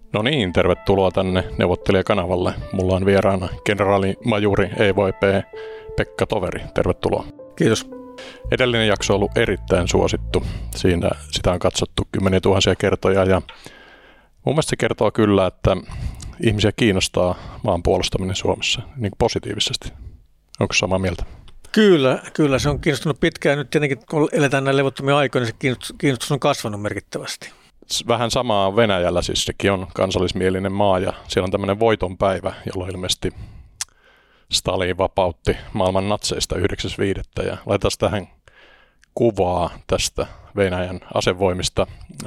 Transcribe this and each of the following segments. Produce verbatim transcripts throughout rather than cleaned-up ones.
No niin, tervetuloa tänne neuvottelijakanavalle. Mulla on vieraana kenraalimajuri E V P Pekka Toveri. Tervetuloa. Kiitos. Edellinen jakso on ollut erittäin suosittu. Siinä sitä on katsottu kymmeniä tuhansia kertoja ja mun mielestä se kertoo kyllä, että ihmisiä kiinnostaa maan puolustaminen Suomessa niin positiivisesti. Onko samaa mieltä? Kyllä, kyllä se on kiinnostunut pitkään. Nyt tietenkin kun eletään näin levottomia aikoina, niin se kiinnostus on kasvanut merkittävästi. Vähän samaa Venäjällä, siis sekin on kansallismielinen maa ja siellä on tämmöinen voitonpäivä, jolloin ilmeisesti Stalin vapautti maailman natseista yhdeksäs viidettä ja laitetaan tähän kuvaa tästä Venäjän asevoimista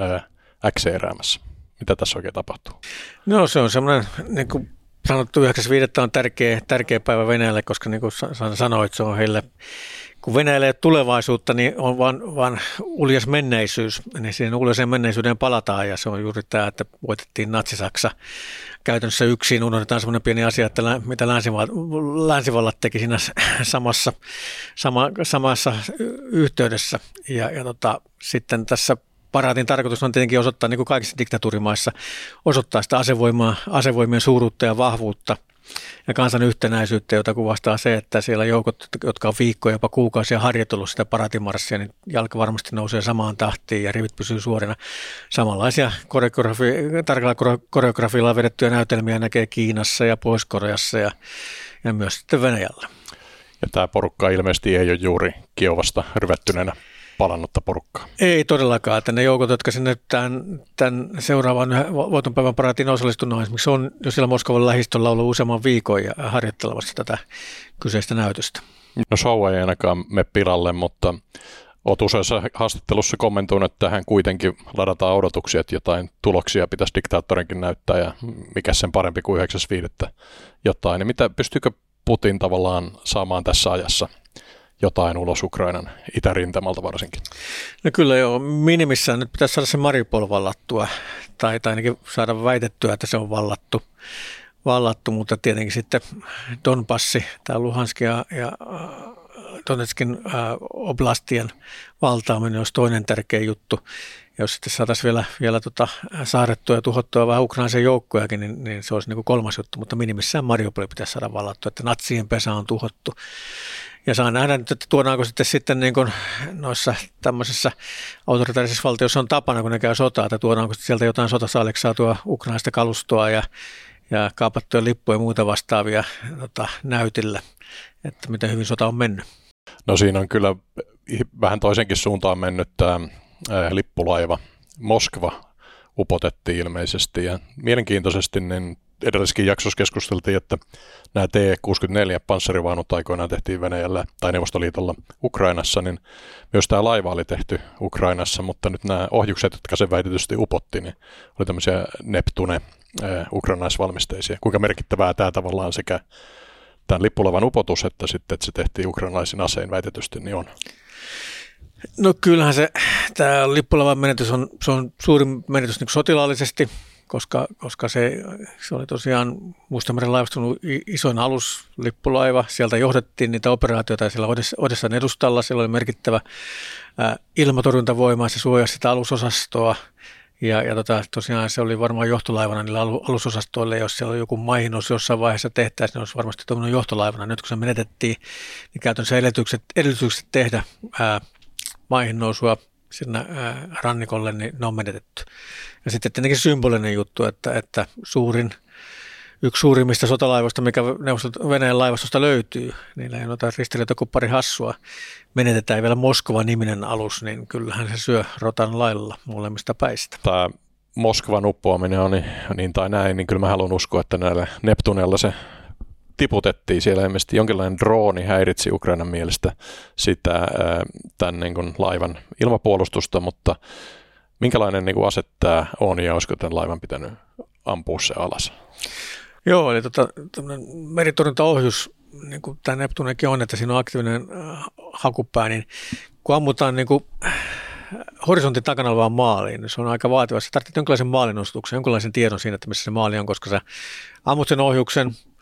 X-eräämässä. Mitä tässä oikein tapahtuu? No se on semmoinen, niin kuin sanottu, yhdeksäs viidettä on tärkeä, tärkeä päivä Venäjälle, koska niin kuin sanoit, se on heille, kun Venäjällä ei ole tulevaisuutta, niin on vaan, vaan uljas menneisyys, niin siihen uljaiseen menneisyyteen palataan ja se on juuri tämä, että voitettiin Natsi-Saksa käytännössä yksin. Unohdetaan semmoinen pieni asia, että mitä länsivallat teki siinä samassa, sama, samassa yhteydessä ja, ja tota, sitten tässä paraatin tarkoitus on tietenkin osoittaa, niin kuin kaikissa diktatuurimaissa, osoittaa sitä asevoimaa, asevoimien suuruutta ja vahvuutta ja kansan yhtenäisyyttä, jota kuvastaa se, että siellä joukot, jotka on viikkoja, jopa kuukausia harjoitellut sitä paraatimarssia, niin jalka varmasti nousee samaan tahtiin ja rivit pysyy suorina. Samanlaisia koreografi- tarkalla koreografialla vedettyjä näytelmiä näkee Kiinassa ja Pohjois-Koreassa ja, ja myös sitten Venäjällä. Ja tämä porukka ilmeisesti ei ole juuri Kiovasta ryvettyneenä palannutta porukkaa. Ei todellakaan, että ne joukot, jotka sinne tämän, tämän seuraavan voitonpäivän paraatiin osallistunut, esimerkiksi on jo siellä Moskovan lähistöllä ollut useamman viikon ja harjoittelemassa tätä kyseistä näytöstä. No show ei ainakaan mene pilalle, mutta olet useassa haastattelussa kommentoinut, että tähän kuitenkin ladataan odotuksia, että jotain tuloksia pitäisi diktaattorinkin näyttää ja mikä sen parempi kuin yhdeksäs viidettä jotain. Niin mitä, pystyykö Putin tavallaan saamaan tässä ajassa jotain ulos Ukrainan itärintamalta varsinkin? No kyllä joo, minimissään nyt pitäisi saada se Mariupol vallattua, tai, tai ainakin saada väitettyä, että se on vallattu, vallattu mutta tietenkin sitten Donbassi, tämä Luhanskin ja, ja Donetskin äh, oblastien valtaaminen olisi toinen tärkeä juttu. Ja jos sitten saataisiin vielä, vielä tota, saarrettua ja tuhottua vähän ukrainaisen joukkojakin, niin, niin se olisi niin kuin kolmas juttu, mutta minimissään Mariupol pitäisi saada vallattua, että natsien pesä on tuhottu. Ja saa nähdä nyt, että tuodaanko sitten, sitten niin kuin noissa tämmöisissä autoritaarisissa valtioissa on tapana, kun ne käy sotaa, että tuodaanko sieltä jotain sotasaaliksi saatua ukrainaista kalustoa ja, ja kaapattuja lippuja ja muuta vastaavia tota, näytillä, että miten hyvin sota on mennyt. No siinä on kyllä vähän toisenkin suuntaan mennyt tämä lippulaiva. Moskva upotettiin ilmeisesti ja mielenkiintoisesti niin edellisessäkin jaksossa keskusteltiin, että nämä T kuusikymmentäneljä panssarivaunut aikoinaan tehtiin Venäjällä tai Neuvostoliitolla Ukrainassa, niin myös tämä laiva oli tehty Ukrainassa, mutta nyt nämä ohjukset, jotka se väitetysti upotti, niin oli tämmöisiä Neptune ukrainaisvalmisteisia. Kuinka merkittävää tämä tavallaan sekä tämän lippulaivan upotus, että sitten, että se tehtiin ukrainalaisin asein väitetysti, niin on? No kyllähän se, tämä lippulaivan menetys on, se on suurin menetys niin sotilaallisesti, koska, koska se, se oli tosiaan Mustameren laivastunut isoin aluslippulaiva. Sieltä johdettiin niitä operaatioita siellä Odessan edustalla. Siellä oli merkittävä ää, ilmatorjuntavoima, se suojasi sitä alusosastoa. Ja, ja tota, tosiaan se oli varmaan johtolaivana niillä alusosastoille. Jos siellä oli joku maihinnos jossain vaiheessa tehtäisiin, niin olisi varmasti tuommoinen johtolaivana. Nyt kun se menetettiin, niin käytännössä edellytykset, edellytykset tehdä ää, maihin nousua sinne ää, rannikolle, niin ne on menetetty. Ja sitten tietenkin symbolinen juttu, että, että suurin, yksi suurimmista sotalaivoista, mikä Venäjän laivastosta löytyy, niillä ei noita ristiliitä kuin pari hassua, menetetään vielä Moskova-niminen alus, niin kyllähän se syö rotan lailla molemmista päistä. Tämä Moskovan uppoaminen on niin, niin tai näin, niin kyllä mä haluan uskoa, että näillä Neptunella se tiputettiin. Siellä ilmeisesti jonkinlainen drooni häiritsi Ukrainan mielestä sitä tämän niin kuin laivan ilmapuolustusta, mutta minkälainen niin kuin ase tämä on ja olisiko tämän laivan pitänyt ampua se alas? Joo, eli tota, meritorjuntaohjus, niin kuin tämä Neptunekin on, että siinä on aktiivinen hakupää, niin kun ammutaan niin kuin horisontin takana olevaan maaliin, niin se on aika vaativa. Sä tarvitset jonkinlaisen maalinostuksen, jonkinlaisen tiedon siinä, että missä se maali on, koska sä ammut sen ohjuksen,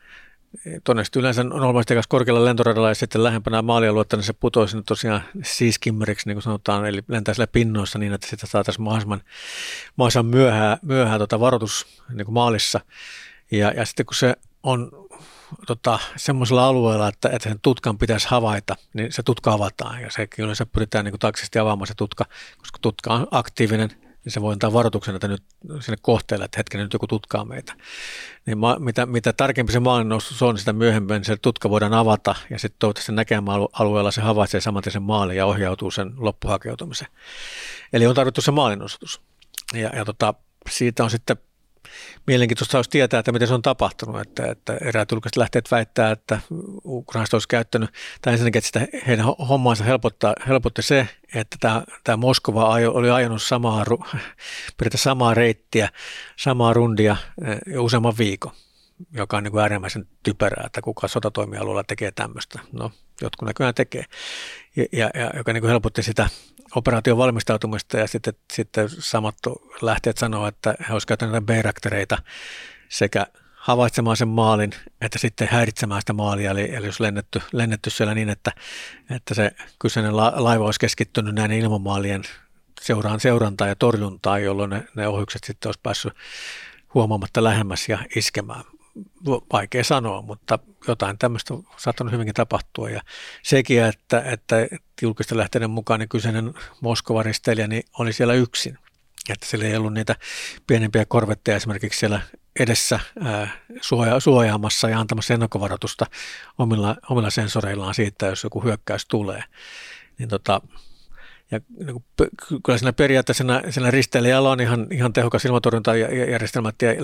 todennäköisesti yleensä normaalisti korkealla lentoradalla ja sitten lähempänä maalialuetta, niin se putoisi nyt tosiaan siiskimmeriksi, niin kuin sanotaan, eli lentää sillä pinnoissa niin, että sitä saataisiin mahdollisimman, mahdollisimman myöhään, myöhään tota varoitus niin kuin maalissa. Ja, ja sitten kun se on tota, semmoisella alueella, että, että sen tutkan pitäisi havaita, niin se tutka avataan ja se yleensä pyritään niin kuin taksisesti avaamaan se tutka, koska tutka on aktiivinen, niin se voi antaa varoituksen, että nyt sinne kohteelle, että hetken nyt joku tutkaa meitä. Niin ma, mitä, mitä tarkempi se maalinnostus on, sitä myöhemmin se tutka voidaan avata ja sitten toivottavasti näkemään alueella se havaitsee saman sen maalin ja ohjautuu sen loppuhakeutumiseen. Eli on tarvittu se maalinnostus. Ja, ja tota, siitä on sitten mielenkiintoista olisi tietää, että miten se on tapahtunut, että, että eräät julkaiset lähteet väittää, että ukrainalaiset olisi käyttänyt, tai ensinnäkin, että sitä heidän hommaansa helpotti se, että tämä, tämä Moskova oli ajanut samaa, periaatteessa samaa reittiä, samaa rundia jo useamman viikon, joka on niin kuin äärimmäisen typerää, että kuka sotatoimialueella tekee tämmöistä. No, jotkut näköjään tekee, ja, ja, ja joka niin kuin helpotti sitä operaation valmistautumista ja sitten, sitten samat lähteet sanoo, että he olisivat käyttäneet B-raktoreita sekä havaitsemaan sen maalin, että sitten häiritsemään sitä maalia, eli, eli jos lennetty, lennetty siellä niin, että, että se kyseinen la, laiva olisi keskittynyt näiden ilmamaalien seuraan seurantaan ja torjuntaan, jolloin ne, ne ohjukset sitten olisi päässyt huomaamatta lähemmäs ja iskemään. Vaikea sanoa, mutta jotain tämmöistä on saattanut hyvinkin tapahtua. Ja sekin, että, että julkisten lähteiden mukaan niin kyseinen Moskovan risteilijä niin oli siellä yksin. Että siellä ei ollut niitä pienempiä korvetteja esimerkiksi siellä edessä ää, suoja, suojaamassa ja antamassa ennakkovaroitusta omilla, omilla sensoreillaan siitä, jos joku hyökkäys tulee. Niin tota, ja niin kyllä siinä periaatteessa siinä risteilijällä on ihan, ihan tehokas ilmatorjuntajärjestelmät ja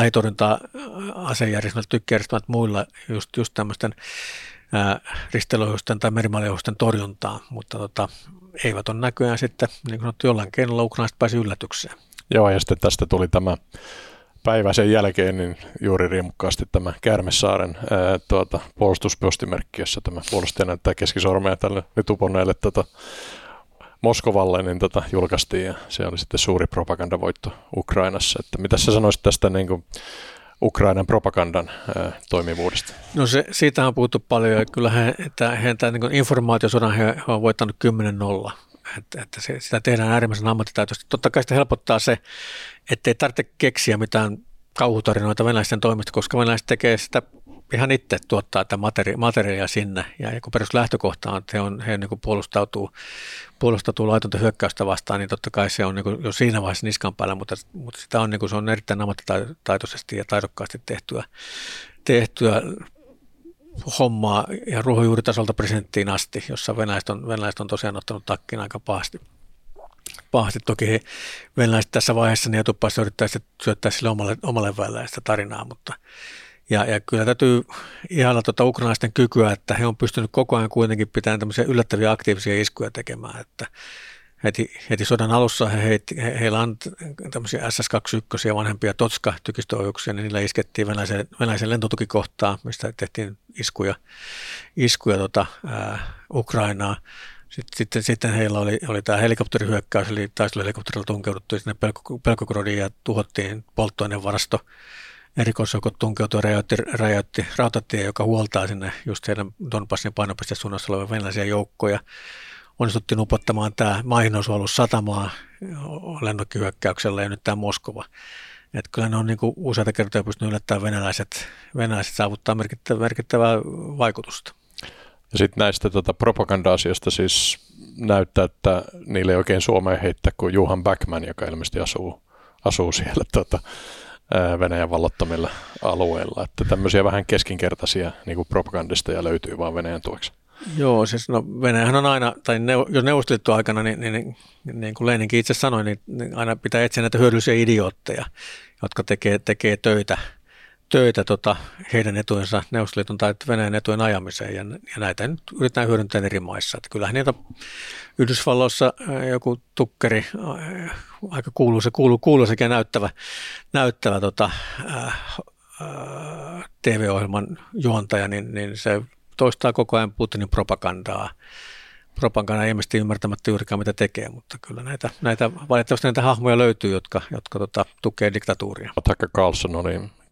lähitorjunta-asejärjestelmät, tykkijärjestelmät muilla just, just tämmöisten risteilyjohjusten tai merimaljohjusten torjuntaa, mutta tota, eivät ole näköjään sitten, niin kuin sanottu, jollain keinolla ukrainalaiset pääsi yllätykseen. Joo, ja sitten tästä tuli tämä päivä sen jälkeen, niin juuri riemukkaasti tämä Käärmesaaren ää, tuota, puolustuspostimerkki, jossa tämä puolustaja näyttää keskisormea tälle nyt uponneelle tota, Moskovalle, niin tota julkaistiin ja se oli sitten suuri propagandavoitto Ukrainassa. Että mitä sä sanoisit tästä niin kuin Ukrainan propagandan ää, toimivuudesta? No se, siitä on puhuttu paljon ja kyllä he, että he, tämän niin informaatiosodan he, he on voittanut kymmenen nolla. Että, että se, sitä tehdään äärimmäisen ammattitaitoisesti. Totta kai sitä helpottaa se, ettei tarvitse keksiä mitään kauhutarinoita venäläisten toimista, koska venäläiset tekee sitä ihan itse tuottaa tätä materi- materiaalia sinne. Ja kun peruslähtökohta on, että he, on, he niin kuin puolustautuu, puolustautuu laitonta hyökkäystä vastaan, niin totta kai se on niin kuin jo siinä vaiheessa niskan päällä, mutta, mutta sitä on, niin kuin, se on erittäin ammattitaitoisesti ja taidokkaasti tehtyä, tehtyä hommaa ja ruohonjuuritasolta presidenttiin asti, jossa venäläiset on, venäläiset on tosiaan ottanut takkiin aika pahasti. Pahasti toki he venäläiset tässä vaiheessa niin etupäässä yrittää syöttää sille omalle, omalle väelle sitä tarinaa, mutta Ja, ja kyllä täytyy ihailla tuota ukrainalaisten kykyä, että he on pystynyt koko ajan kuitenkin pitämään tämmöisiä yllättäviä aktiivisia iskuja tekemään. Että heti, heti sodan alussa he, heitti, he, heillä on tämmöisiä S S kaksikymmentäyksi vanhempia Totska-tykistöohjuksia, niin niillä iskettiin venäläisen, venäläisen lentotukikohtaa, mistä tehtiin iskuja, iskuja tota, ää, Ukrainaa. Sitten, sitten, sitten heillä oli, oli tämä helikopterihyökkäys, eli taisteluhelikopterilla tunkeuduttiin sinne Pelkogrodiin ja tuhottiin polttoainevarasto. Erikoisjoukot tunkeutui ja räjäytti, räjäytti rautatie, joka huoltaa sinne just heidän Donbassin painopistesuunnassa olevia venäläisiä joukkoja. Onnistuttiin upottamaan tämä maihin olisi ollut satamaa lennokkihyökkäyksellä ja nyt tämä Moskova. Että kyllä ne on niin kuin useita kertoja pystynyt yllättämään venäläiset, venäläiset saavuttaa merkittävää, merkittävää vaikutusta. Ja sitten näistä tota, propaganda-asioista siis näyttää, että niille ei oikein Suomeen heittää kuin Johan Backman, joka ilmeisesti asuu, asuu siellä tota, Venäjän vallottomilla alueilla. Että tämmöisiä vähän keskinkertaisia niin kuin propagandisteja löytyy vaan Venäjän tueksi. Joo, siis no Venäjähän on aina, tai jos Neuvostoliiton aikana, niin, niin, niin, niin kuin Leninkin itse sanoi, niin, niin aina pitää etsiä näitä hyödyllisiä idiootteja, jotka tekee, tekee töitä, töitä tota, heidän etujensa, Neuvostoliiton tai Venäjän etujen ajamiseen, ja, ja näitä nyt yritetään hyödyntää eri maissa. Että kyllähän niitä Yhdysvalloissa joku tukkeri, aika kuuluisa, kuulu, kuuluisakin näyttävä, näyttävä tota, ää, ää, T V-ohjelman juontaja, niin, niin se toistaa koko ajan Putinin propagandaa. Propagandaa ilmeisesti ymmärtämättä juurikaan mitä tekee, mutta kyllä näitä, näitä valitettavasti näitä hahmoja löytyy, jotka, jotka tota, tukee diktatuuria. Tucker Carlson oli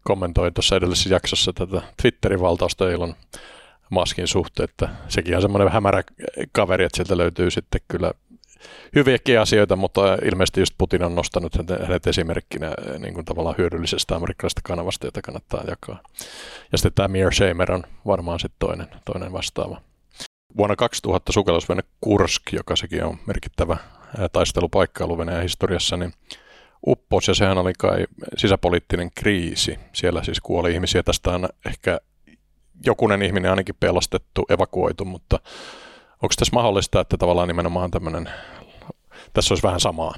kommentoin tuossa edellisessä jaksossa tätä Twitterin valtausta Elon Muskin suhteen, että sekin on semmoinen hämärä kaveri, että sieltä löytyy sitten kyllä hyviäkin asioita, mutta ilmeisesti just Putin on nostanut hänet esimerkkinä niin kuin tavallaan hyödyllisestä amerikkalaisesta kanavasta, jota kannattaa jakaa. Ja sitten tämä Meir Shamer on varmaan sitten toinen, toinen vastaava. Vuonna kaksituhatta sukellusvene Kursk, joka sekin on merkittävä taistelupaikka ollut Venäjän historiassa, niin upposi, ja sehän oli kai sisäpoliittinen kriisi. Siellä siis kuoli ihmisiä. Tästä on ehkä jokunen ihminen ainakin pelastettu, evakuoitu, mutta onko tässä mahdollista, että tavallaan nimenomaan tämmöinen, tässä olisi vähän samaa?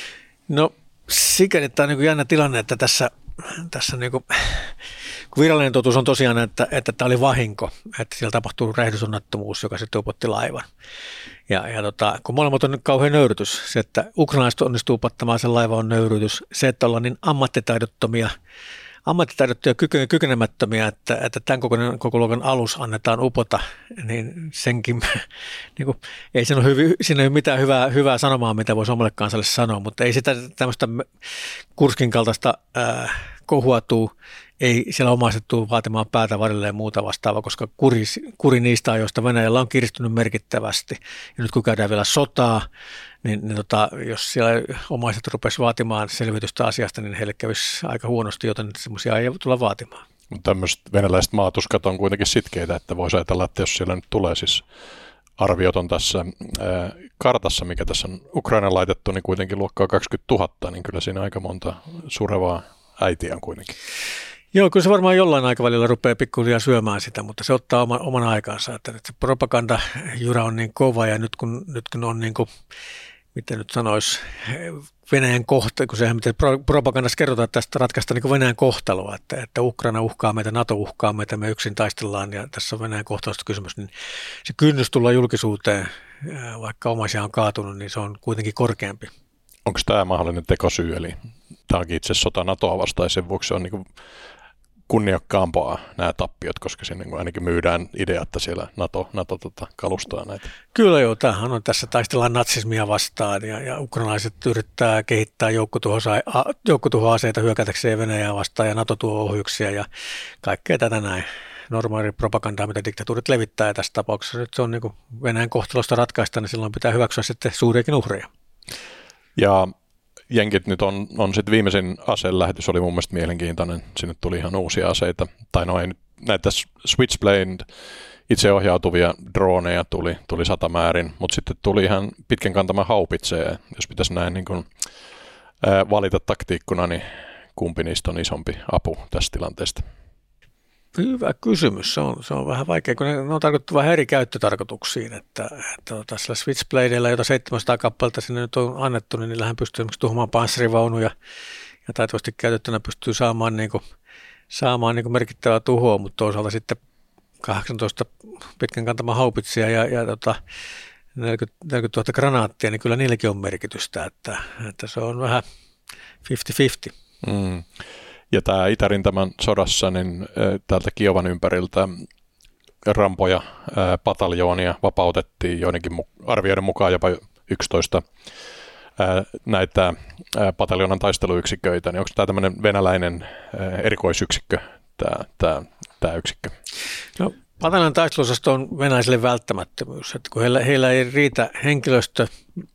No sikäli tämä on niin kuin jännä tilanne, että tässä, tässä niin kuin, kun virallinen totuus on tosiaan, että, että tämä oli vahinko, että siellä tapahtuu räjähdysonnettomuus, joka sitten upotti laivan. Ja, ja tota, kun molemmat on nyt kauhean nöyrytys, se, että ukrainalaiset onnistuu upottamaan sen laivan on nöyrytys, se, että ollaan niin ammattitaidottomia, ammattitaidottuja ja kykenemättömiä, että, että tämän kokoinen, koko luokan alus annetaan upota, niin senkin, niin kuin, ei siinä ole, hyvi, siinä ole mitään hyvää, hyvää sanomaa, mitä voisi omalle kansalle sanoa, mutta ei sitä tämmöistä Kurskin kaltaista äh, kohua tuu, ei siellä omaiset tule vaatimaan päätä varille ja muuta vastaavaa, koska kuri, kuri niistä ajoista Venäjällä on kiristynyt merkittävästi. Ja nyt kun käydään vielä sotaa, niin, niin tota, jos siellä omaiset rupesivat vaatimaan selvitystä asiasta, niin heille kävisi aika huonosti, joten semmoisia ei tulla vaatimaan. Mutta tämmöiset venäläiset maatuskat on kuitenkin sitkeitä, että voisi ajatella, että jos siellä nyt tulee siis arviot on tässä ää, kartassa, mikä tässä on Ukraina laitettu, niin kuitenkin luokkaa kaksikymmentätuhatta, niin kyllä siinä aika monta surevaa äitiä on kuitenkin. Joo, kyllä se varmaan jollain aikavälillä rupeaa pikkuhiljaa syömään sitä, mutta se ottaa oman, oman aikansa. Että se propagandajyrä on niin kova ja nyt kun, nyt kun on niin kuin, miten nyt sanoisi, Venäjän kohtalo, kun sehän miten propagandassa kerrotaan, että tästä ratkaista niin kuin Venäjän kohtaloa, että, että Ukraina uhkaa meitä, NATO uhkaa meitä, me yksin taistellaan ja tässä on Venäjän kohtalosta kysymys, niin se kynnys tulla julkisuuteen, vaikka omaisia on kaatunut, niin se on kuitenkin korkeampi. Onko tämä mahdollinen tekosyy, eli tämä onkin itse sota NATOa vastaan ja sen vuoksi on niin kuin kunniakkaampaa nämä tappiot, koska siinä niin ainakin myydään idea, että siellä NATO, NATO tota, kalustaa näitä. Kyllä joo, tämähän on tässä taistellaan natsismia vastaan ja, ja ukrainalaiset yrittää kehittää joukkotuhoaseita hyökätäkseen Venäjää vastaan ja NATO tuo ohjuksia ja kaikkea tätä näin. Normaali propagandaa, mitä diktatuurit levittää ja tässä tapauksessa nyt se on niin kuin Venäjän kohtalosta ratkaista, niin silloin pitää hyväksyä sitten suuriakin uhreja. Ja jenkit nyt on, on sitten viimeisin aselähetys oli mun mielestä mielenkiintoinen. Sinne tuli ihan uusia aseita. Tai no ei nyt, näitä Switchblade itseohjautuvia droneja tuli, tuli satamäärin, mutta sitten tuli ihan pitkän kantama haupitseja. Jos pitäisi näin niin kuin, ää, valita taktiikkuna, niin kumpi niistä on isompi apu tästä tilanteesta? Hyvä kysymys. Se on, se on vähän vaikea, kun ne, ne on tarkoitettu vähän eri käyttötarkoituksiin. Että, että tässä Switchbladeilla, jota seitsemänsataa kappaletta sinne nyt on annettu, niin niillähän pystyy esimerkiksi tuhoamaan panssarivaunuja ja taitavasti käytettynä pystyy saamaan, niin kuin, saamaan niin kuin merkittävää tuhoa, mutta toisaalta sitten kahdeksantoista pitkän kantaman haupitsia ja, ja tota, neljäkymmentä, neljäkymmentätuhatta granaattia, niin kyllä niilläkin on merkitystä, että, että se on vähän viisikymmentä viisikymmentä. Mm. Ja tämä Itärintaman sodassa, niin täältä Kiovan ympäriltä rampoja, ää, pataljoonia vapautettiin joidenkin arvioiden mukaan jopa yksitoista ää, näitä ää, pataljonan taisteluyksiköitä. Niin onko tämä tämmöinen venäläinen ää, erikoisyksikkö, tämä, tämä, tämä yksikkö? No, pataljonan taisteluosasto on venäläisille välttämättömyys, että kun heillä, heillä ei riitä henkilöstö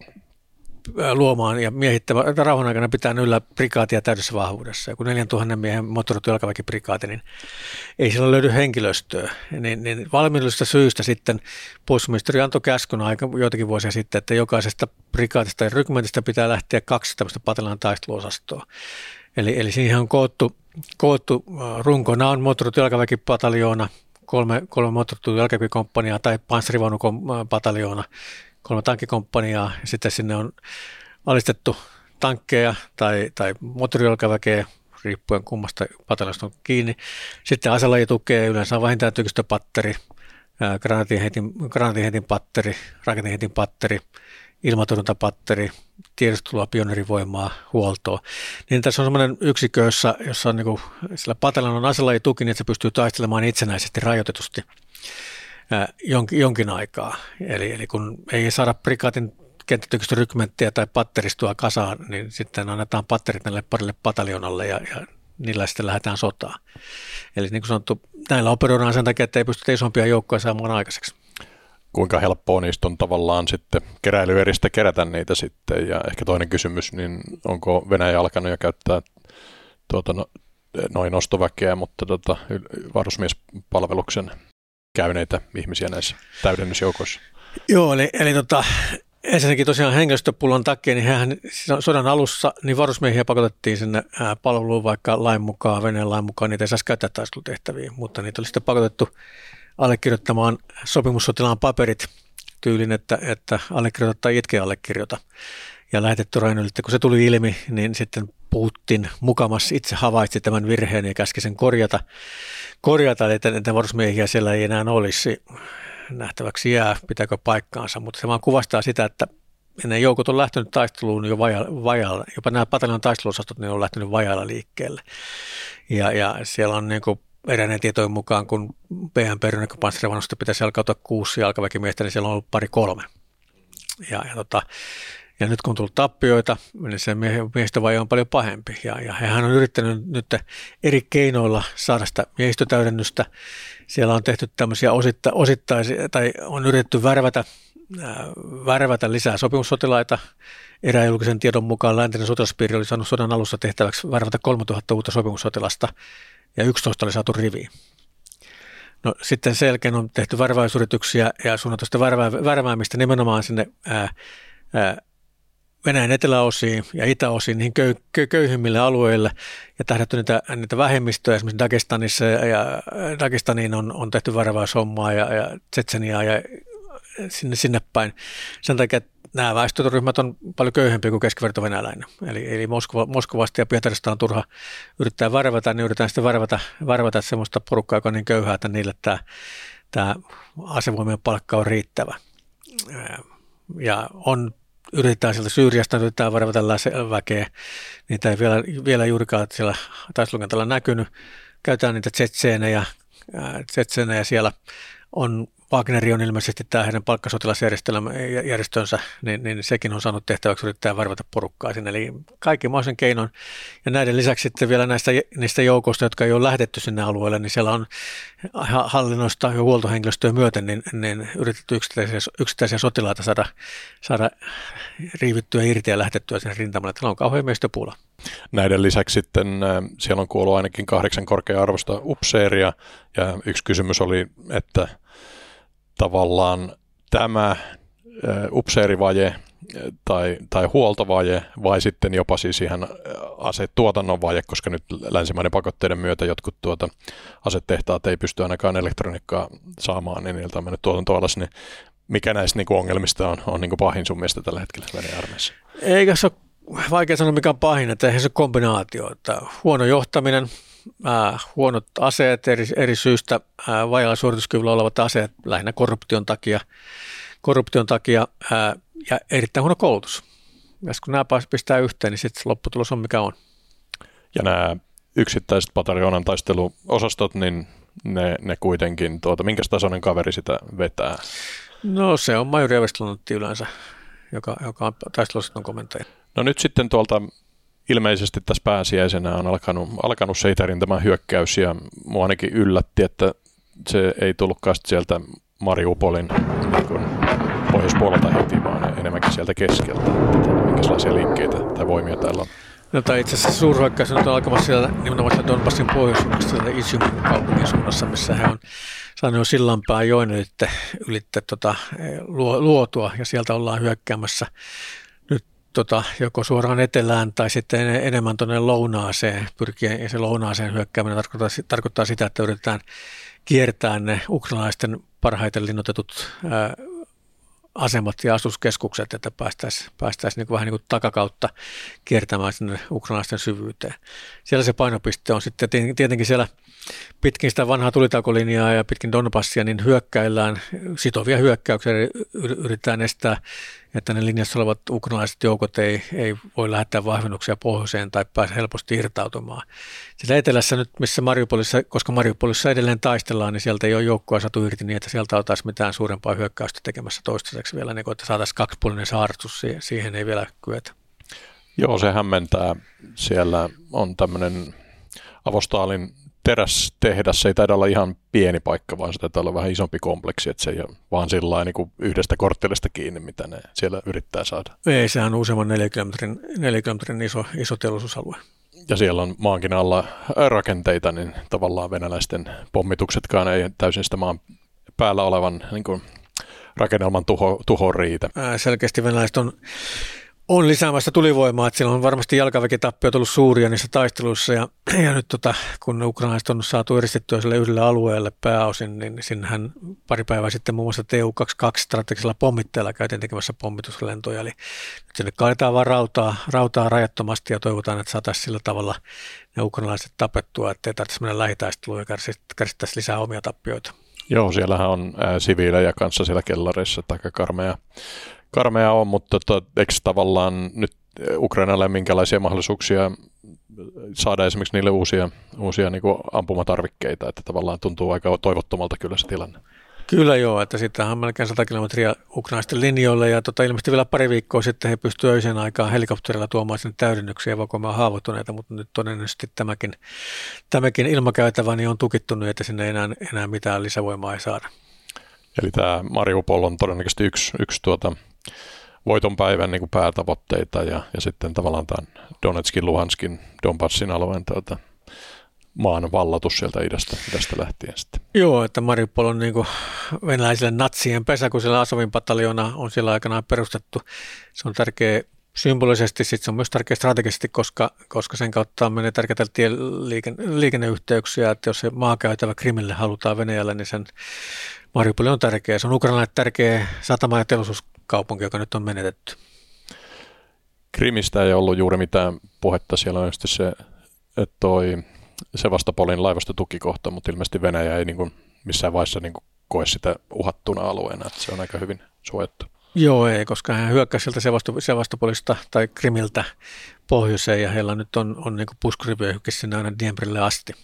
luomaan ja miehittämään. Rauhan aikana pitää yllä prikaatia täydessä vahvuudessa. Ja kun neljäntuhannen miehen moottorittu jalkaväkiprikaati, niin ei siellä löydy henkilöstöä. Niin, niin valmiudellisesta syystä sitten puolustusministeri antoi käskyn aika joitakin vuosia sitten, että jokaisesta prikaatista ja rykmentistä pitää lähteä kaksi tämmöistä pataljonan taisteluosastoa. Eli, eli siihen on koottu, koottu runkona on moottorittu jalkaväkipataljoona, kolme, kolme moottorittu jalkaväkikomppaniaa tai panssarivaunupataljoona, kolme tankkikomppaniaa ja sitten sinne on alistettu tankkeja tai, tai moottorijalkaväkeä, riippuen kummasta pataljosta on kiinni. Sitten aselaji tukee, yleensä on vähintään tykistöpatteri, granaatinheitin, granaatinheitin patteri, raketinheitin patteri, ilmatorjuntapatteri, tiedustelua, pioneerivoimaa, huoltoa. Niin tässä on semmoinen yksikö, jossa, jossa on niin kuin, sillä pataljon on aselaji tuki, niin että se pystyy taistelemaan itsenäisesti, rajoitetusti jonkin, jonkin aikaa. Eli, eli kun ei saada prikaatin kenttätykistörykmenttiä tai patteristoa kasaan, niin sitten annetaan patterit näille parille pataljonalle ja, ja niillä sitten lähdetään sotaan. Eli niin kuin sanottu, näillä operoidaan sen takia, että ei pystytä isompia joukkoja saamaan aikaiseksi. Kuinka helppoa niistä on tavallaan sitten keräilyeristä kerätä niitä sitten, ja ehkä toinen kysymys, niin onko Venäjä alkanut jo käyttää tuota, no, noin nostoväkeä, mutta tota, varusmiespalveluksen käyneitä ihmisiä näissä täydennysjoukoissa? Joo, eli, eli tota, ensinnäkin tosiaan henkilöstöpullon takia, niin hän sodan alussa niin varusmiehiä pakotettiin sinne palveluun, vaikka lain mukaan, Venäjän lain mukaan niitä ei saisi käyttää taistelutehtäviin, mutta niitä oli sitten pakotettu allekirjoittamaan sopimussotilaan paperit tyylin, että, että allekirjoita tai itke allekirjoita. Ja lähetetty Rainille, kun se tuli ilmi, niin sitten Putin mukamas itse havaitsi tämän virheen ja käski sen korjata, korjata että, että varusmiehiä siellä ei enää olisi. Nähtäväksi jää, pitääkö paikkaansa, mutta se vaan kuvastaa sitä, että ne joukot on lähtenyt taisteluun jo vajalla, jopa nämä pataljonan taisteluosastot niin on lähtenyt vajailla liikkeelle. Ja, ja siellä on niin kuin eräinen tietojen mukaan, kun P M P-panssarivaunnusta pitäisi alkaa ottaa kuusi jalkaväkimiestä, niin siellä on ollut pari kolme. Ja, ja, tota, ja nyt kun on tullut tappioita, niin se miehistövaje on paljon pahempi. Ja, ja hehän on yrittänyt nyt eri keinoilla saada sitä miehistötäydennystä. Siellä on tehty tämmöisiä ositta, osittaisia, tai on yritetty värvätä, äh, värvätä lisää sopimussotilaita. Erään julkisen tiedon mukaan läntinen sotilaspiiri oli saanut sodan alussa tehtäväksi värvätä kolmetuhatta uutta sopimussotilasta, ja yksitoista oli saatu riviin. No sitten sen jälkeen on tehty värväysyrityksiä ja suunnattu sitä värvää, värväämistä nimenomaan sinne ää, ää, Venäjän eteläosiin ja itäosiin, niihin köy, köy, köyhimmille alueille, ja tähdätty niitä, niitä vähemmistöjä, esimerkiksi Dagestanissa ja Dagestaniin on, on tehty värväyshommaa ja, ja Tsetseniaa ja sinne, sinne päin. Sen takia, että nämä väestöryhmät on paljon köyhempiä kuin keskivertovenäläinen. Eli, eli Moskova, Moskovasta ja Pietarista on turha yrittää värvätä, niin yritetään sitten värvätä, värvätä sellaista porukkaa, joka on niin köyhää, että niille tämä, tämä asevoimien palkka on riittävä. Ja on, yritetään sieltä Syyriasta, yritetään värvätä väkeä. Niitä ei vielä, vielä juurikaan siellä taistelukentällä näkynyt. Käytetään niitä tsetseenejä, tsetseenejä siellä on. Wagneri on ilmeisesti tämä heidän palkkasotilasjärjestönsä, niin, niin sekin on saanut tehtäväksi yrittää varvata porukkaa sinne. Eli kaikki mahdollisen keinon. Ja näiden lisäksi sitten vielä näistä, niistä joukoista, jotka ei ole lähdetty sinne alueelle, niin siellä on hallinnosta ja huoltohenkilöstöä myöten niin, niin yritetty yksittäisiä, yksittäisiä sotilaita saada, saada riivittyä irti ja lähetettyä sinne rintamalle. Tällä on kauhean miehistöpula. Näiden lisäksi sitten siellä on kuullut ainakin kahdeksan korkea-arvoista upseeria, ja yksi kysymys oli, että tavallaan tämä upseerivaje tai, tai huoltovaje vai sitten jopa siis ihan asetuotannon vaje, koska nyt länsimaiden pakotteiden myötä jotkut tuota asetehtaat ei pysty ainakaan elektroniikkaa saamaan, niin niiltä on mennyt tuotanto alas, niin mikä näistä niin kuin ongelmista on, on niin kuin pahin sun mielestä tällä hetkellä Venäjän armeijassa? Eikä se ole vaikea sanoa mikä on pahin, että eihän se kombinaatio, että huono johtaminen, Äh, huonot aseet eri, eri syistä, äh, vajaalla suorituskyvyllä olevat aseet lähinnä korruption takia, korruption takia äh, ja erittäin huono koulutus. Ja kun nämä pistää yhteen, niin sitten lopputulos on mikä on. Ja nämä yksittäiset pataljoonan taisteluosastot, niin ne, ne kuitenkin, tuota, minkä tasoinen kaveri sitä vetää? No se on majori Westlantti yleensä, joka, joka on taisteluosaston komentaja. No nyt sitten tuolta ilmeisesti tässä pääsiäisenä on alkanut, alkanut se itärintaman hyökkäys, ja mua ainakin yllätti, että se ei tullutkaan sieltä Mariupolin niin kuin pohjoispuolelta heti, vaan enemmänkin sieltä keskeltä. Minkälaisia liikkeitä tai voimia täällä on? No, tai itse asiassa suurhyökkäys on alkamassa siellä nimenomaan Donbassin pohjoissuunnassa, siellä Iziumin kaupungin suunnassa, missä he on saanut jo sillanpää joen ylitte, ylitte tota, luotua, ja sieltä ollaan hyökkäämässä Tota, joko suoraan etelään tai sitten enemmän tuonne lounaaseen pyrkien, ja se lounaaseen hyökkääminen tarkoittaa, tarkoittaa sitä, että yritetään kiertää ne ukrainalaisten parhaiten linnoitetut ää, asemat ja asuskeskukset, että päästäisiin päästäisi niin vähän niin kuin takakautta kiertämään sinne ukrainalaisten syvyyteen. Siellä se painopiste on sitten tietenkin siellä pitkin sitä vanhaa tulitaukolinjaa ja pitkin Donbassia, niin hyökkäillään, sitovia hyökkäyksiä yritetään estää, että ne linjassa olevat ukrainalaiset joukot ei, ei voi lähettää vahvennuksia pohjoiseen tai pääse helposti irtautumaan. Siellä etelässä nyt, missä Mariupolissa, koska Mariupolissa edelleen taistellaan, niin sieltä ei ole joukkoa saatu irti niin, että sieltä oltaisiin mitään suurempaa hyökkäystä tekemässä toistaiseksi vielä, niin kuin, että saataisiin kaksipuolinen saartus, siihen ei vielä kyetä. Joo, se hämmentää. Siellä on tämmöinen Avostaalin terästehdas ei taida olla ihan pieni paikka, vaan se taitaa olla vähän isompi kompleksi, että se ei ole vaan sillä niin kuin yhdestä korttelista kiinni, mitä ne siellä yrittää saada. Ei, sehän on useamman neljä kilometrin, neljä kilometrin iso, iso teollisuusalue. Ja siellä on maankin alla rakenteita, niin tavallaan venäläisten pommituksetkaan ei täysin sitä maan päällä olevan niin kuin rakennelman tuho, tuhoon riitä. Ää, selkeästi venäläiset on, on lisäämässä tulivoimaa, että siellä on varmasti jalkaväkitappiot ollut suuria niissä taisteluissa ja, ja nyt tota, kun ukrainalaiset on saatu eristettyä sille yhdelle alueelle pääosin, niin sinnehän pari päivää sitten muun muassa T U kaksikymmentäkaksi strategisella pommitteella käytiin tekemässä pommituslentoja, eli nyt sinne kaadetaan vaan rautaa, rautaa rajattomasti ja toivotaan, että saataisiin sillä tavalla ne ukrainalaiset tapettua, ettei tarvitsisi mennä lähitaisteluun ja kärsittäisiin lisää omia tappioita. Joo, siellähän on ää, siviilejä kanssa siellä kellareissa, aika karmea, karmea on, mutta to, eikö tavallaan nyt Ukrainalle minkälaisia mahdollisuuksia saada esimerkiksi niille uusia, uusia niin kuin ampumatarvikkeita, että tavallaan tuntuu aika toivottomalta kyllä se tilanne. Kyllä joo, että sittenhän on melkein sata kilometriä ukrainaisten linjoille ja tota, ilmeisesti vielä pari viikkoa sitten he pystyivät öisen aikaan helikopterilla tuomaan sinne täydennyksiä vakoimaan haavoittuneita, mutta nyt todennäköisesti tämäkin, tämäkin ilmakäytävä niin on tukittunut, että sinne ei enää, enää mitään lisävoimaa ei saada. Eli tämä Mariupol on todennäköisesti yksi, yksi tuota voiton päivän niin kuin päätavoitteita ja, ja sitten tavallaan tämän Donetskin, Luhanskin, Donbassin alueen tuota, maan vallatus sieltä idästä, idästä lähtien sitten. Joo, että Mariupol on niin kuin venäläisille natsien pesä, kun siellä Azovin pataljona on siellä aikanaan perustettu. Se on tärkeä symbolisesti, sitten se on myös tärkeä strategisesti, koska, koska sen kautta menee tärkeitä liikenne, liikenneyhteyksiä, että jos se maakäytävä Krimille halutaan Venäjälle, niin sen Mariupol on tärkeä. Se on Ukrainalle tärkeä satama- ja teollisuuskaupunki, joka nyt on menetetty. Krimistä ei ollut juuri mitään puhetta, siellä on just se, että toi Sevastopolin laivastotukikohta, mutta ilmeisesti Venäjä ei niin kuin missään vaiheessa niin kuin koe sitä uhattuna alueena, että se on aika hyvin suojattu. Joo, ei, koska hän hyökkäsi sieltä Sevastopolista tai Krimiltä pohjoiseen ja heillä nyt on, on niin kuin puskurivyöhyke sinne aina Dnieprille asti.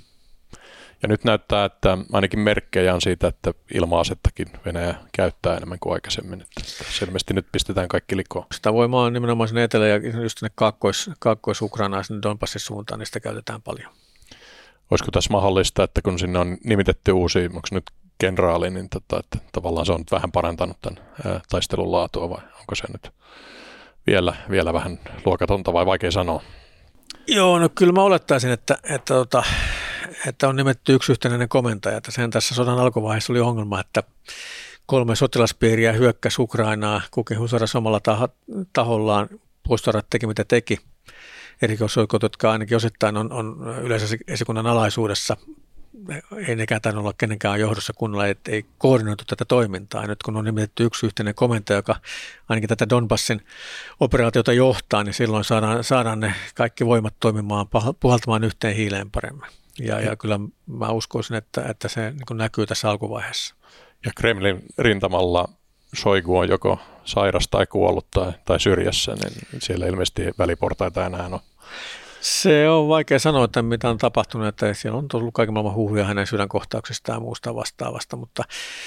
Ja nyt näyttää, että ainakin merkkejä on siitä, että ilma-asettakin Venäjä käyttää enemmän kuin aikaisemmin. Että selvästi nyt pistetään kaikki likoon. Sitä voimaa on nimenomaan sinne etelä- ja just sinne kaakkois, kaakkois-Ukrainaan, sinne Donbassin suuntaan, niin sitä käytetään paljon. Olisiko tässä mahdollista, että kun sinne on nimitetty uusi, onko nyt kenraali, niin tota, että tavallaan se on nyt vähän parantanut tämän ää, taistelun laatua vai onko se nyt vielä, vielä vähän luokatonta vai vaikea sanoa? Joo, no kyllä mä olettaisin, että, että, että, että on nimetty yksi yhtenäinen komentaja. Että sen tässä sodan alkuvaiheessa oli ongelma, että kolme sotilaspiiriä hyökkäsi Ukrainaa, kukin husaras omalla tahollaan, puolustusarat teki mitä teki. Erikoisoikot, jotka ainakin osittain on, on yleensä esikunnan alaisuudessa, ei nekään tainnut olla kenenkään johdossa kunnolla, että ei koordinoitu tätä toimintaa. Ja nyt kun on nimitetty yksi yhteinen komentaja, joka ainakin tätä Donbassin operaatiota johtaa, niin silloin saadaan, saadaan ne kaikki voimat toimimaan, puhaltamaan yhteen hiileen paremmin. Ja, ja kyllä mä uskoisin, että, että se niin kuin näkyy tässä alkuvaiheessa. Ja Kremlin rintamalla Šoigu on joko sairas tai kuollut tai, tai syrjässä, niin siellä ilmeisesti väliportaita enää on. Se on vaikea sanoa, että mitä on tapahtunut, että siellä on tullut kaiken maailman huhuja hänen sydänkohtauksestaan ja muusta vastaavasta, mutta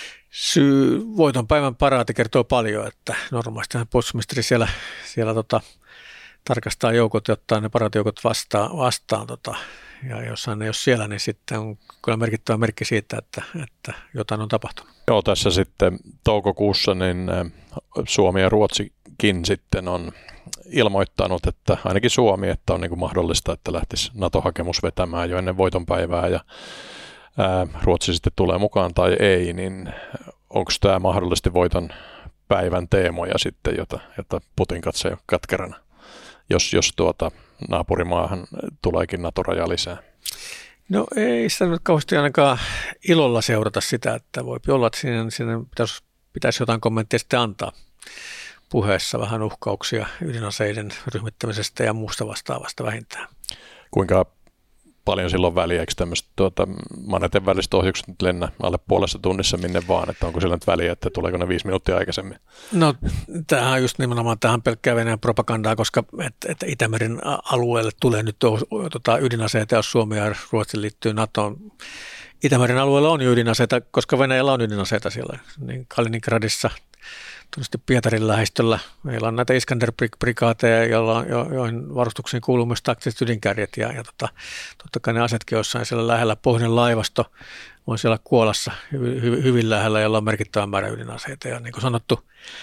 syy, voiton päivän paraati kertoo paljon, että normaalisti puolustusministeri siellä, siellä tota, tarkastaa joukot ja ottaa ne paraatijoukot vastaan, vastaan tota, ja jos hän ei ole siellä, niin sitten on kyllä merkittävä merkki siitä, että, että jotain on tapahtunut. Joo, tässä sitten toukokuussa niin Suomi ja Ruotsikin sitten on ilmoittanut, että ainakin Suomi, että on niin kuin mahdollista, että lähtisi NATO-hakemus vetämään jo ennen voitonpäivää ja ää, Ruotsi sitten tulee mukaan tai ei, niin onko tämä mahdollisesti voiton päivän teemoja sitten, jota, jota Putin katsoo katkerana, jos, jos tuota naapurimaahan tuleekin NATO-raja lisää? No ei sitä nyt kauheasti ainakaan ilolla seurata sitä, että voi olla, että sinne, sinne pitäisi, pitäisi jotain kommenttia sitten antaa puheessa, vähän uhkauksia ydinaseiden ryhmittämisestä ja muusta vastaavasta vähintään. Kuinka paljon silloin väliä, eikö tämmöistä tuota, maneten välistä ohjukset nyt lennä alle puolessa tunnissa minne vaan, että onko sillä nyt väliä, että tuleeko ne viisi minuuttia aikaisemmin? No tämähän on just nimenomaan tähän pelkkää Venäjän propagandaa, koska että, että Itämeren alueelle tulee nyt tuota, ydinaseita, jos Suomi ja Ruotsi liittyy NATOon. Itämeren alueella on ydinaseita, koska Venäjällä on ydinaseita siellä. Niin Kaliningradissa, tuollaisesti Pietarin lähistöllä. Meillä on näitä Iskander-prikaateja, joilla, jo, joihin varustuksiin kuuluu myös taktiset ydinkärjet. Ja, ja tota, totta kai ne asetkin jossain siellä lähellä. Pohjoinen laivasto on siellä Kuolassa hyvin, hyvin, hyvin lähellä, jolla on merkittävä määrä ydinaseita. Ja niin kuin sanottu,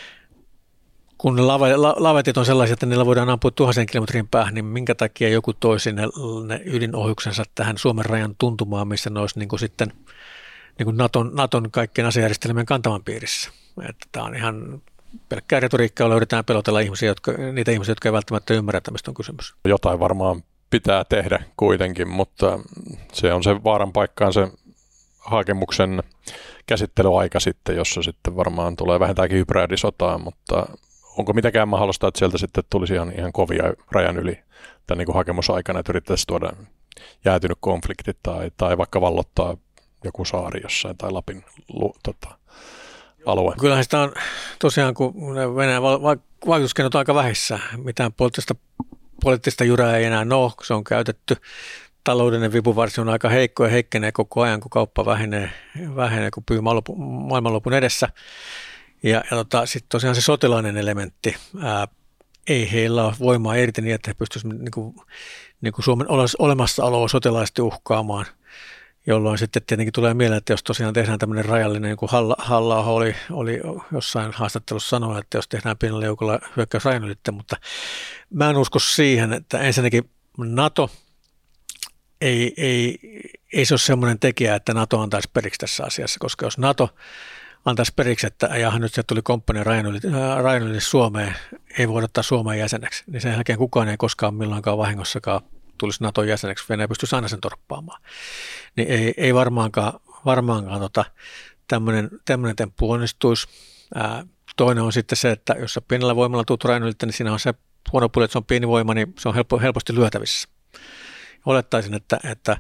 kun ne lavetit on sellaisia, että niillä voidaan ampua tuhansien kilometrin päähän, niin minkä takia joku toisi ne, ne ydinohjuksensa tähän Suomen rajan tuntumaan, missä ne olisi niin kuin sitten niin kuin Naton, Naton kaikkien asejärjestelmien kantaman piirissä. Että tämä on ihan pelkkää retoriikkaa, jolla yritetään pelotella ihmisiä, jotka, niitä ihmisiä, jotka ei välttämättä ymmärrä, että mistä on kysymys. Jotain varmaan pitää tehdä kuitenkin, mutta se on se vaaran paikkaan se hakemuksen käsittelyaika sitten, jossa sitten varmaan tulee vähintäänkin hybridisotaa, mutta onko mitenkään mahdollista, että sieltä sitten tulisi ihan, ihan kovia rajan yli tämän niin kuin hakemusaikana, että yritettäisiin tuoda jäätynyt konflikti tai, tai vaikka vallottaa joku saari jossain tai Lapin lu, tota, alue? Kyllähän sitä on tosiaan, kun Venäjän vaikutuskeinot on aika vähissä, mitään poliittista, poliittista jyrää ei enää ole, se on käytetty. Taloudellinen vipuvarsi on aika heikko ja heikkenee koko ajan, kun kauppa vähenee, vähenee kun pyy maailmanlopun edessä. Ja, ja tota, sitten tosiaan se sotilainen elementti, ää, ei heillä ole voimaa irti niin, että he pystyisivät niin kuin, niin kuin Suomen olemassaoloa sotilaisesti uhkaamaan, jolloin sitten tietenkin tulee mieleen, että jos tosiaan tehdään tämmöinen rajallinen, niin kuin Halla-aho oli, oli jossain haastattelussa sanoa, että jos tehdään pienellä joukolla hyökkäys rajan ylittä, mutta mä en usko siihen, että ensinnäkin NATO ei, ei, ei se ole semmoinen tekijä, että NATO antaisi periksi tässä asiassa, koska jos NATO antaisi periksi, että ja nyt sieltä tuli komppania rajan yli, rajan yli Suomeen, ei voida ottaa Suomeen jäseneksi, niin sen jälkeen kukaan ei koskaan milloinkaan vahingossakaan tulisi Naton jäseneksi, Venäjä pystyisi aina sen torppaamaan. Niin ei, ei varmaankaan, varmaankaan tota, tämmöinen, tämmöinen temppu onnistuisi. Ää, toinen on sitten se, että jos sä pienellä voimalla tuut rajan ylittä, niin siinä on se huono puoli, että se on pieni voima, niin se on helppo, helposti lyötävissä. Olettaisin, että, että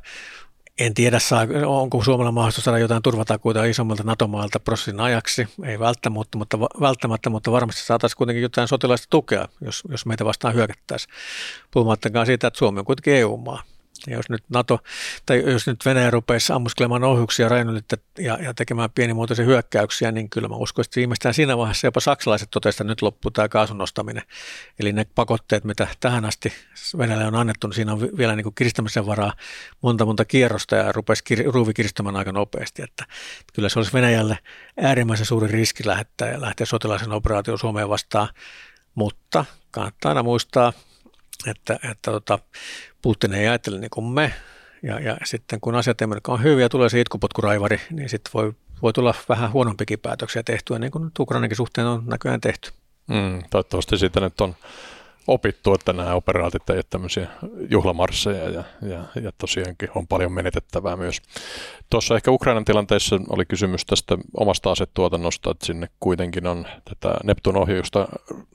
en tiedä, saa, onko Suomella mahdollista saada jotain turvatakuita isommalta NATO-maalta prosessin ajaksi. Ei välttämättä, mutta, välttämättä, mutta varmasti saataisiin kuitenkin jotain sotilaista tukea, jos, jos meitä vastaan hyökättäisiin. Puhumattakaan siitä, että Suomi on kuitenkin E U-maa. Ja jos nyt NATO, tai jos nyt Venäjä rupeisi ammuskelemaan ohjuksia rajan ylittä ja, ja tekemään pienimuotoisia hyökkäyksiä, niin kyllä mä uskon, että viimeistään siinä vaiheessa jopa saksalaiset totesivat, että nyt loppuu tämä kaasun nostaminen. Eli ne pakotteet, mitä tähän asti Venäjälle on annettu, niin siinä on vielä niin kuin kiristämisen varaa monta monta kierrosta ja rupesi kir, ruuvi kiristämään aika nopeasti. Että kyllä se olisi Venäjälle äärimmäisen suuri riski lähettää ja lähteä sotilaisen operaation Suomeen vastaan, mutta kannattaa aina muistaa, että, että tota, Putin ei ajattele niin kuin me, ja, ja sitten kun asiat ei on hyviä ja tulee se itkupotkuraivari, niin sitten voi, voi tulla vähän huonompikin päätöksiä tehtyä, niin kuin nyt Ukrainankin suhteen on näköjään tehty. Mm, toivottavasti siitä nyt on opittu, että nämä operaatit eivät tämmöisiä juhlamarsseja, ja, ja, ja tosiaankin on paljon menetettävää myös. Tuossa ehkä Ukrainan tilanteessa oli kysymys tästä omasta asetuotannosta, että sinne kuitenkin on tätä Neptun-ohjusta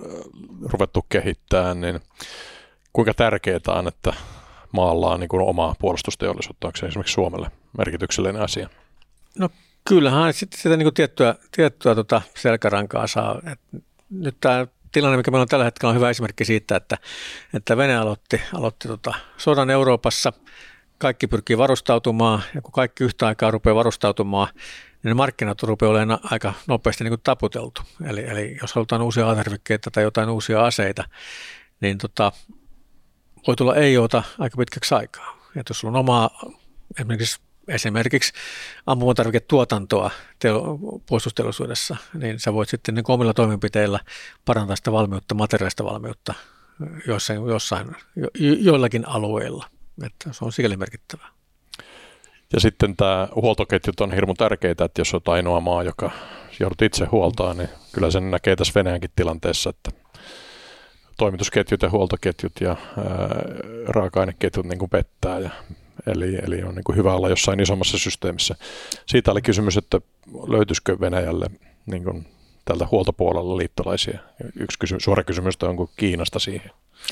ruvettu kehittämään, niin kuinka tärkeää on, että maalla on niin kuin omaa puolustusteollisuutta, onko se esimerkiksi Suomelle merkityksellinen asia? No kyllähän sitten sitä niin kuin tiettyä, tiettyä tota selkärankaa saa. Et nyt tämä tilanne, mikä meillä on tällä hetkellä, on hyvä esimerkki siitä, että, että Venäjä aloitti, aloitti tota sodan Euroopassa, kaikki pyrkii varustautumaan, ja kun kaikki yhtä aikaa rupeaa varustautumaan, niin ne markkinat rupeaa olemaan aika nopeasti niin kuin taputeltu. Eli, eli jos halutaan uusia asetarvikkeita tai jotain uusia aseita, niin tota, voi tulla ei-oota aika pitkäksi aikaa. Et jos sulla on omaa esimerkiksi, esimerkiksi ampumatarviketuotantoa teo, puolustusteollisuudessa, niin sä voit sitten niin omilla toimenpiteillä parantaa sitä valmiutta, materiaalista valmiutta jossain, jossain, jo, joillakin alueilla. Että se on sikäli merkittävää. Ja sitten tämä huoltoketjut on hirmu tärkeitä, että jos on ainoa maa, joka joudut itse huoltaa, niin kyllä sen näkee tässä Venäjänkin tilanteessa, että toimitusketjut ja huoltoketjut ja ää, raaka-aineketjut niin kuin pettää. Ja, eli, eli on niin kuin hyvä olla jossain isommassa systeemissä. Siitä oli kysymys, että löytyisikö Venäjälle niin kuin tältä huoltopuolella liittolaisia. Yksi kysymys, suora kysymys on, onko Kiinasta siihen?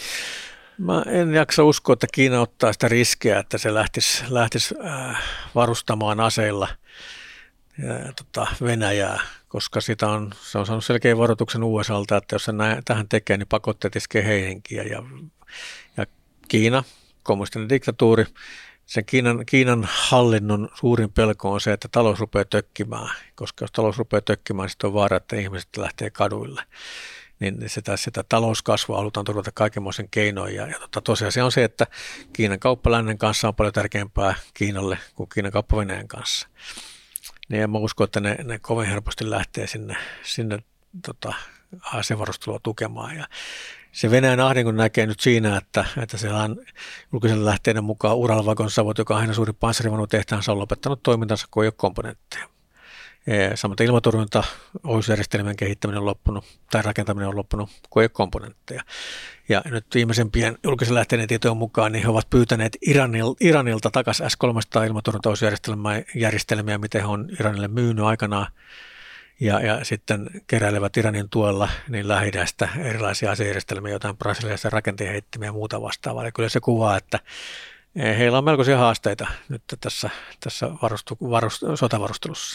Mä en jaksa uskoa, että Kiina ottaa sitä riskiä, että se lähtisi, lähtisi äh, varustamaan aseilla ja, tota, Venäjää, koska sitä on, se on saanut selkeän varoituksen U S A:lta, että jos se näin, tähän tekee, niin pakotteet iskee heihinkin. Ja, ja Kiina, kommunistinen diktatuuri, sen Kiinan, Kiinan hallinnon suurin pelko on se, että talous rupeaa tökkimään, koska jos talous rupeaa tökkimään, sitten on vaara, että ihmiset lähtee kaduille. Niin sitä, sitä talouskasvua halutaan turvata kaikenmoisen keinoin. Ja, ja tota, tosiasia on se, että Kiinan kauppa lännen kanssa on paljon tärkeämpää Kiinalle kuin Kiinan kauppa Venäjän kanssa. Niin en mä usko, että ne, ne kovin helposti lähtee sinne, sinne tota, asevarustelua tukemaan. Ja se Venäjän ahdinko näkee nyt siinä, että, että siellä on julkisella lähteiden mukaan Uralvagon-Savot, joka on aina suuri panssarivaunutehtävänsä, on lopettanut toimintansa, kun ei ole komponentteja. Samaten ilmatorjunta, ohjusjärjestelmän kehittäminen on loppunut tai rakentaminen on loppunut, kun ei ole komponentteja. Ja nyt viimeisempien julkisen lähteiden tietojen mukaan niin he ovat pyytäneet Iranil, Iranilta takaisin S kolmesataa ilmatorjuntaohjusjärjestelmiä, miten he on Iranille myynyt aikanaan. Ja, ja sitten keräilevät Iranin tuella niin Lähi-idästä erilaisia asejärjestelmiä, jotain Brasiliassa rakenteen heittimiä ja muuta vastaavaa. Ja kyllä se kuvaa, että heillä on melkoisia haasteita nyt tässä, tässä varustu, varust, sotavarustelussa.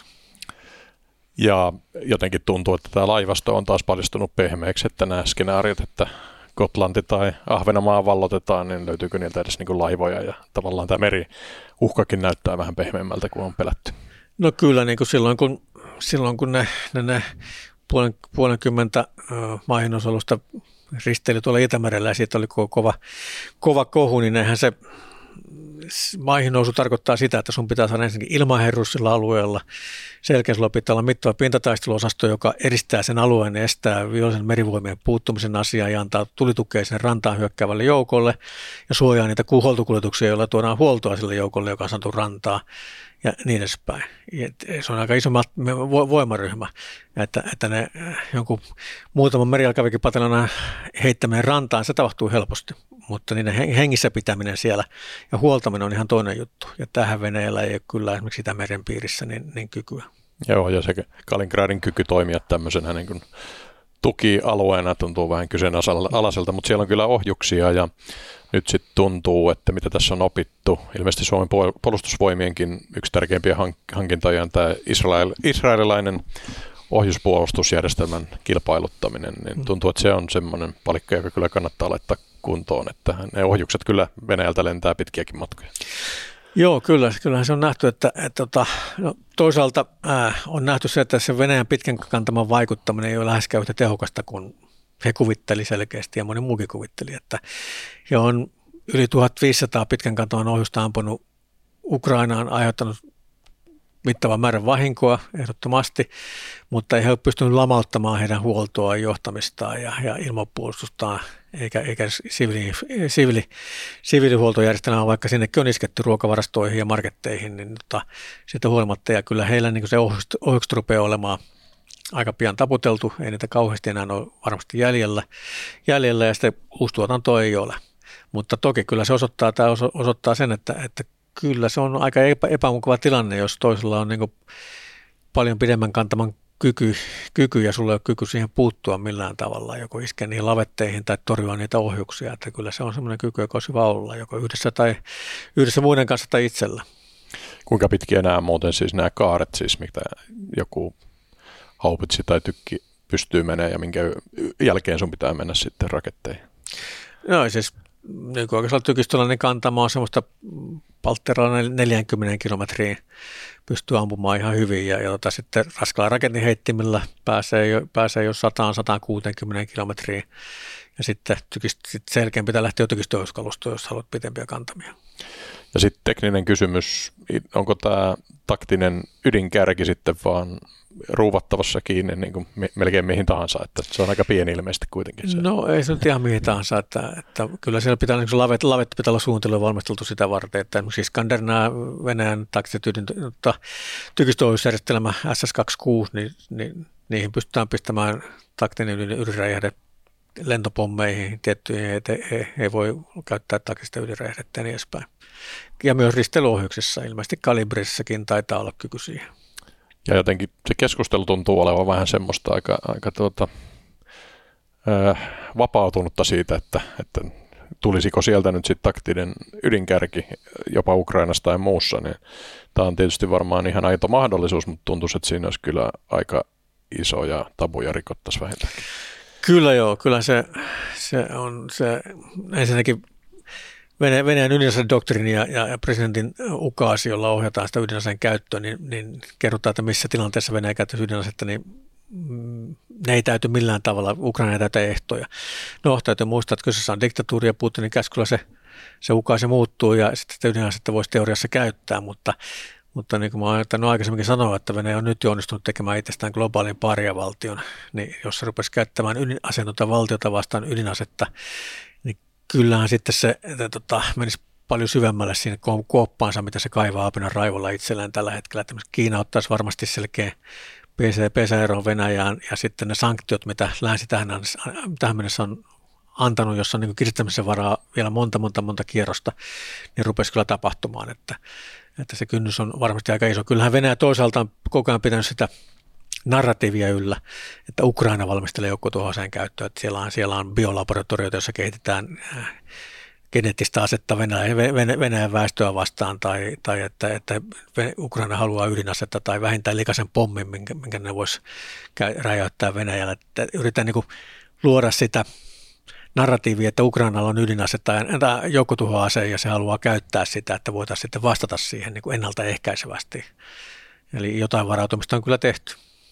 Ja jotenkin tuntuu, että tämä laivasto on taas paljastunut pehmeäksi, että nämä skenaariot, että Gotlanti tai Ahvenanmaa vallotetaan, niin löytyykö niiltä edes niin kuin laivoja ja tavallaan tämä meriuhkakin näyttää vähän pehmeämmältä kuin on pelätty. No kyllä, niin kuin silloin kun, silloin kun ne, ne, ne puolen, puolenkymmentä uh, maihinnosalusta risteili tuolla Itämerellä ja siitä oli kova, kova kohu, niin eihän se maihin nousu tarkoittaa sitä, että sun pitää saada ensinnäkin ilmaherruus sillä alueella. Selkeä sulla pitää olla mittava pintataisteluosasto, joka eristää sen alueen ja estää vihollisen merivoimien puuttumisen asiaa ja antaa tulitukea sen rantaan hyökkäävälle joukolle ja suojaa niitä huoltokuljetuksia, joilla tuodaan huoltoa sille joukolle, joka on saatu rantaa ja niin edespäin. Se on aika iso voimaryhmä, että, että ne jonkun muutaman merijalkaväkipatelona heittämään rantaan, se tapahtuu helposti. Mutta niiden hengissä pitäminen siellä ja huoltaminen on ihan toinen juttu. Ja tähän Venäjällä ei ole kyllä esimerkiksi Itämeren piirissä niin, niin kykyä. Joo, ja se Kaliningradin kyky toimia tämmöisenä niin kuin tukialueena tuntuu vähän kyseenalaiselta, mutta siellä on kyllä ohjuksia ja nyt sitten tuntuu, että mitä tässä on opittu. Ilmeisesti Suomen puolustusvoimienkin yksi tärkeimpiä hankintoja on tämä israel, israelilainen ohjuspuolustusjärjestelmän kilpailuttaminen. Niin tuntuu, että se on semmoinen palikka, joka kyllä kannattaa laittaa kuntoon, että ne ohjukset kyllä Venäjältä lentää pitkiäkin matkoja. Joo, kyllä. Kyllähän se on nähty, että, että, että no, toisaalta ää, on nähty se, että se Venäjän pitkän kantaman vaikuttaminen ei ole läheskään yhtä tehokasta kuin he kuvitteli selkeästi ja moni muukin kuvitteli, että he on yli tuhatviisisataa pitkän kantaman ohjusta ampunut Ukrainaan, aiheuttanut mittavan määrän vahinkoa ehdottomasti, mutta ei he ole pystynyt lamauttamaan heidän huoltoa, johtamistaan ja, ja ilmapuolustustaan, eikä, eikä siviili, siviili, siviilihuoltojärjestelmää, vaikka sinnekin on isketty ruokavarastoihin ja marketteihin, niin tota, siitä huolimatta, ja kyllä heillä niin se ohjukset rupeaa olemaan aika pian taputeltu, ei niitä kauheasti enää ole varmasti jäljellä, jäljellä ja sitten uustuotantoa ei ole. Mutta toki kyllä se osoittaa, tämä osoittaa sen, että, että kyllä se on aika epä, epämukava tilanne, jos toisella on niin kuin paljon pidemmän kantaman kyky, kyky ja sulla ei ole kyky siihen puuttua millään tavalla, joko iskeä niihin lavetteihin tai torjua niitä ohjuksia. Että kyllä se on semmoinen kyky, joka olisi hyvä olla, joko yhdessä tai yhdessä muiden kanssa tai itsellä. Kuinka pitkiä nämä muuten siis nämä kaaret, siis mitä joku haupitsi tai tykki pystyy menemään ja minkä jälkeen sun pitää mennä sitten raketteihin? No siis niin kuin oikeastaan tykistöllä kantama on semmoista paltteralla neljäkymmentä kilometriä pystyy ampumaan ihan hyvin ja, ja tota, sitten raskaalla raketinheittimillä pääsee jo, pääsee jo sata sata kuusikymmentä kilometriä ja sitten tykist, sit selkeän pitää lähteä jo tykistöohjuskalustoon, jos haluat pitempiä kantamia. Ja sitten tekninen kysymys, onko tämä taktinen ydinkärki sitten vaan ruuvattavassa kiinni niin kuin melkein mihin tahansa, että se on aika pieni ilmeisesti kuitenkin se. No ei se nyt ihan mihin tahansa, että, että kyllä siellä pitää, niin lavet, lavet pitää olla suunniteltu valmisteltu sitä varten, että esimerkiksi Iskander, nämä Venäjän taktiset ydin, tykistöohjusjärjestelmä S S kaksikymmentäkuusi, niin, niin niihin pystytään pistämään taktinen ydinräjähde lentopommeihin tiettyihin, että ei, ei voi käyttää taktista ydinräjähdettä ja niin edespäin. Ja myös risteilyohjuksissa, ilmeisesti kalibrissakin taitaa olla kyky siihen. Ja jotenkin se keskustelu tuntuu olevan vähän semmoista aika, aika tuota, ää, vapautunutta siitä, että, että tulisiko sieltä nyt sitten taktinen ydinkärki jopa Ukrainasta tai muussa. Niin tämä on tietysti varmaan ihan aito mahdollisuus, mutta tuntuisi, että siinä olisi kyllä aika isoja tabuja rikottaisiin vähintäänkin. Kyllä joo, kyllä se, se on se ensinnäkin Venäjän ydinasedoktriini ja, ja, ja presidentin ukaasi, jolla ohjataan sitä ydinaseen käyttöä, niin, niin kerrotaan, että missä tilanteessa Venäjä käyttäisi ydinasetta, niin mm, ne ei täyty millään tavalla, Ukraina ei täytä ehtoja. No, täytyy muistaa, että kyseessä on diktatuuri ja Putinin käskyllä se, se ukaasi muuttuu ja sitten sitä ydinasetta voisi teoriassa käyttää, mutta, mutta niin kuin mä olen aikaisemminkin sanoa, että Venäjä on nyt jo onnistunut tekemään itsestään globaalin pariavaltion, niin jos se rupesi käyttämään ydinasentonta valtiota vastaan ydinasetta, niin kyllähän sitten se että, tota, menisi paljon syvemmälle siinä kuoppaansa, mitä se kaivaa apinan raivolla itselleen tällä hetkellä. Että Kiina ottaisi varmasti selkeä pesäeroon Venäjään ja sitten ne sanktiot, mitä länsi tähän, tähän mennessä on antanut, jossa on niin kiristämisen varaa vielä monta, monta, monta kierrosta, niin rupesi kyllä tapahtumaan, että, että se kynnys on varmasti aika iso. Kyllähän Venäjä toisaalta on koko ajan pitänyt sitä narratiivia yllä, että Ukraina valmistelee joukkotuhoaseen käyttöä, että siellä on, siellä on biolaboratorioita, joissa kehitetään geneettistä asetta Venäjän, Venäjän väestöä vastaan, tai, tai että, että Ukraina haluaa ydinasetta tai vähintään likaisen pommin, minkä, minkä ne voisi räjäyttää Venäjällä. Että yritetään niin kuin luoda sitä narratiivia, että Ukrainalla on ydinase tai joukkotuhoase ja se haluaa käyttää sitä, että voitaisiin sitten vastata siihen niin kuin ennaltaehkäisevästi. Eli jotain varautumista on kyllä tehty.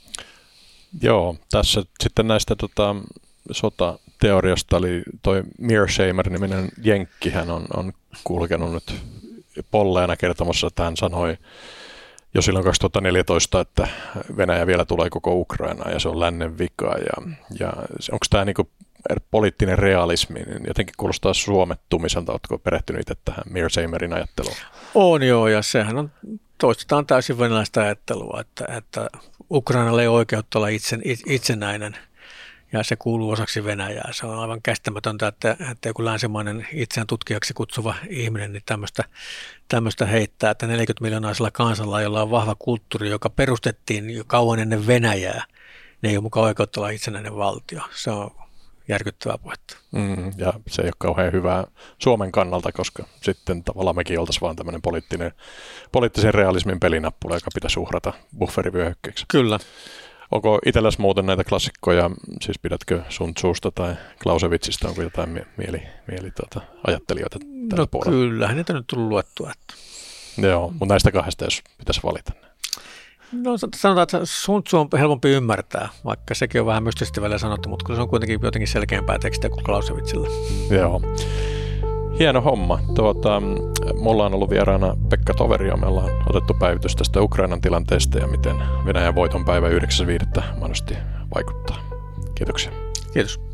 Joo, tässä sitten näistä tota, sotateoriasta, eli toi Mearsheimer-niminen jenkki, hän on, on kulkenut nyt polleena kertomassa, että hän sanoi jo silloin kaksituhattaneljätoista, että Venäjä vielä tulee koko Ukrainaan ja se on lännen vika. Ja, ja onko tämä niinku poliittinen realismi, niin jotenkin kuulostaa suomettumiselta, oletko perehtynyt itse tähän Mearsheimerin ajatteluun? On joo, ja sehän on, toistetaan täysin venäläistä ajattelua, että, että Ukrainalle ei oikeutta olla itsen, itsenäinen, ja se kuuluu osaksi Venäjää. Se on aivan käsittämätöntä, että, että joku länsimainen itseään tutkijaksi kutsuva ihminen niin tämmöistä, tämmöistä heittää, että neljäkymmentä miljoonaisella kansalla, jolla on vahva kulttuuri, joka perustettiin jo kauan ennen Venäjää, ne ei ole mukaan oikeutta olla itsenäinen valtio. Se on järkyttävää puhetta. Mm, ja se ei ole kauhean hyvää Suomen kannalta, koska sitten tavallaan mekin oltaisiin vaan tämmöinen poliittinen, poliittisen realismin pelinappula, joka pitäisi uhrata bufferivyöhykkeeksi. Kyllä. Onko itselläsi muuten näitä klassikkoja, siis pidätkö Sun Tzusta tai Clausewitzista, onko jotain mie- mieli, mieli tuota, ajattelijoita tällä no, puolella? Kyllähän niitä nyt tullut luettua. Että. Joo, mutta näistä kahdesta, jos pitäisi valita. No sanotaan, että Sun Tzu on helpompi ymmärtää, vaikka sekin on vähän mystisesti välillä sanottu, mutta kyllä se on kuitenkin jotenkin selkeämpää tekstiä kuin Clausewitzilla. Joo. Hieno homma. Tuota, mulla on ollut vieraana Pekka Toverio. Me ollaan otettu päivitys tästä Ukrainan tilanteesta ja miten Venäjän voiton päivä yhdeksäs viidettä mahdollisesti vaikuttaa. Kiitoksia. Kiitos.